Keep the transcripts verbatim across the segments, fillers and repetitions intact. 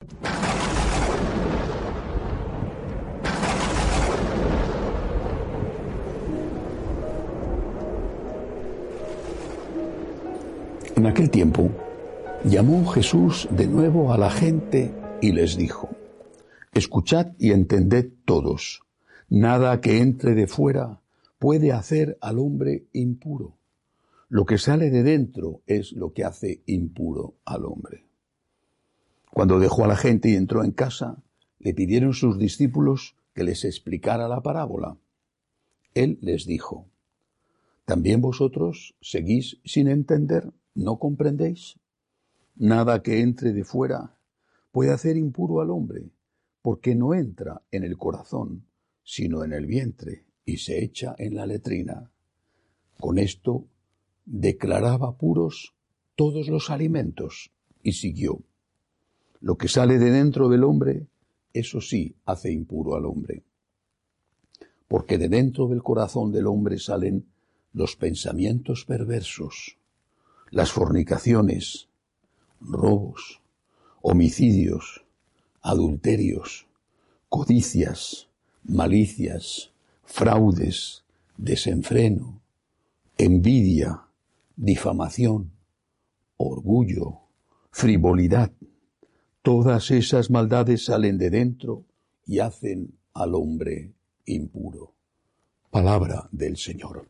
En aquel tiempo, llamó Jesús de nuevo a la gente y les dijo: escuchad y entended todos, nada que entre de fuera puede hacer al hombre impuro. Lo que sale de dentro es lo que hace impuro al hombre. Cuando dejó a la gente y entró en casa, le pidieron sus discípulos que les explicara la parábola. Él les dijo: ¿también vosotros seguís sin entender? ¿No comprendéis? Nada que entre de fuera puede hacer impuro al hombre, porque no entra en el corazón, sino en el vientre, y se echa en la letrina. Con esto declaraba puros todos los alimentos, y siguió: lo que sale de dentro del hombre, eso sí hace impuro al hombre. Porque de dentro del corazón del hombre salen los pensamientos perversos, las fornicaciones, robos, homicidios, adulterios, codicias, malicias, fraudes, desenfreno, envidia, difamación, orgullo, frivolidad. Todas esas maldades salen de dentro y hacen al hombre impuro. Palabra del Señor.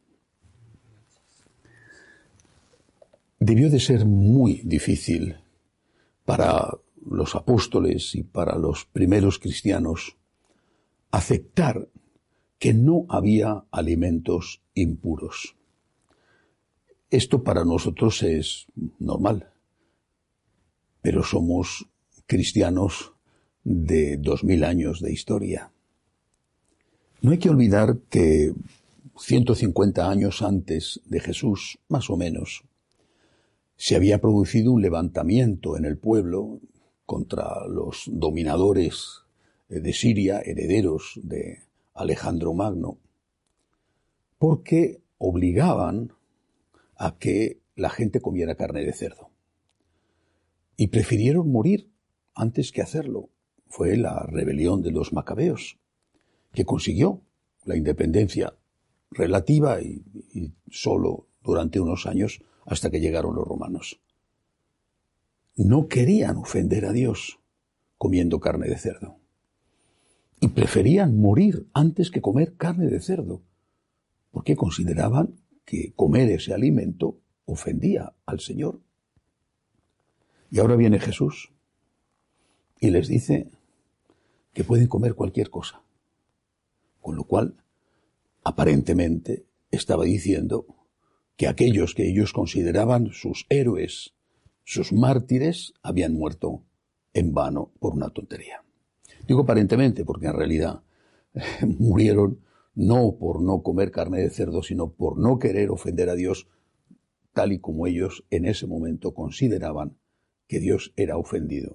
Debió de ser muy difícil para los apóstoles y para los primeros cristianos aceptar que no había alimentos impuros. Esto para nosotros es normal, pero somos cristianos de dos mil años de historia. No hay que olvidar que ciento cincuenta años antes de Jesús, más o menos, se había producido un levantamiento en el pueblo contra los dominadores de Siria, herederos de Alejandro Magno, porque obligaban a que la gente comiera carne de cerdo. Y prefirieron morir antes que hacerlo. Fue la rebelión de los macabeos, que consiguió la independencia relativa y, y solo durante unos años, hasta que llegaron los romanos. No querían ofender a Dios comiendo carne de cerdo. Y preferían morir antes que comer carne de cerdo, porque consideraban que comer ese alimento ofendía al Señor. Y ahora viene Jesús y les dice que pueden comer cualquier cosa. Con lo cual, aparentemente, estaba diciendo que aquellos que ellos consideraban sus héroes, sus mártires, habían muerto en vano por una tontería. Digo aparentemente porque en realidad eh, murieron no por no comer carne de cerdo, sino por no querer ofender a Dios, tal y como ellos en ese momento consideraban que Dios era ofendido.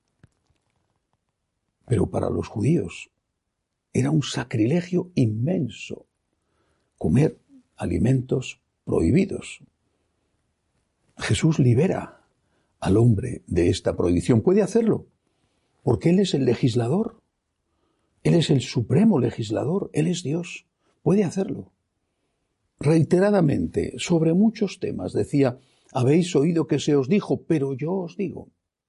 Pero para los judíos era un sacrilegio inmenso comer alimentos prohibidos. Jesús libera al hombre de esta prohibición. Puede hacerlo, porque Él es el legislador. Él es el supremo legislador. Él es Dios. Puede hacerlo. Reiteradamente, sobre muchos temas, decía: habéis oído que se os dijo, pero yo os digo.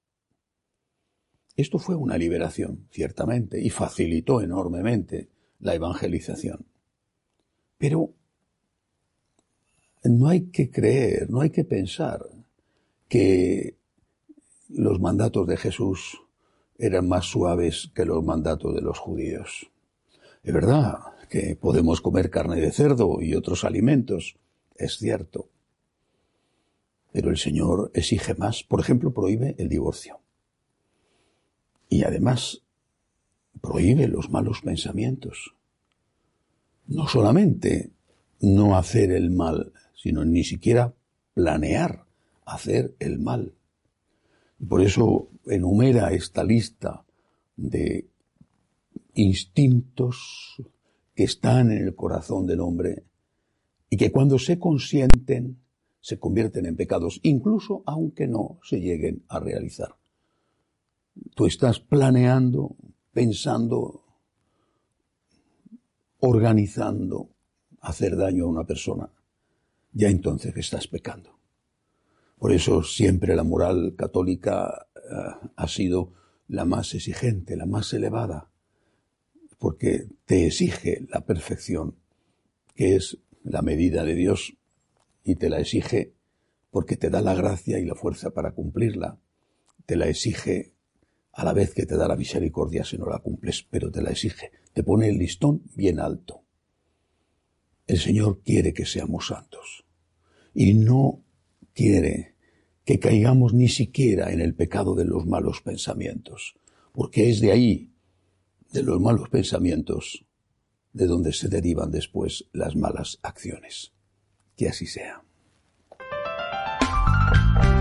Esto fue una liberación, ciertamente, y facilitó enormemente la evangelización. Pero no hay que creer, no hay que pensar que los mandatos de Jesús eran más suaves que los mandatos de los judíos. Es verdad que podemos comer carne de cerdo y otros alimentos, es cierto. Pero el Señor exige más. Por ejemplo, prohíbe el divorcio. Y además prohíbe los malos pensamientos. No solamente no hacer el mal, sino ni siquiera planear hacer el mal. Por eso enumera esta lista de instintos que están en el corazón del hombre y que cuando se consienten se convierten en pecados, incluso aunque no se lleguen a realizar. tú estás planeando, pensando, organizando hacer daño a una persona, ya entonces estás pecando. Por eso siempre la moral católica uh, ha sido la más exigente, la más elevada, porque te exige la perfección, que es la medida de Dios, y te la exige porque te da la gracia y la fuerza para cumplirla. Te la exige a la vez que te da la misericordia si no la cumples, pero te la exige. Te pone el listón bien alto. El Señor quiere que seamos santos y no quiere que caigamos ni siquiera en el pecado de los malos pensamientos, porque es de ahí, de los malos pensamientos, de donde se derivan después las malas acciones. Que así sea.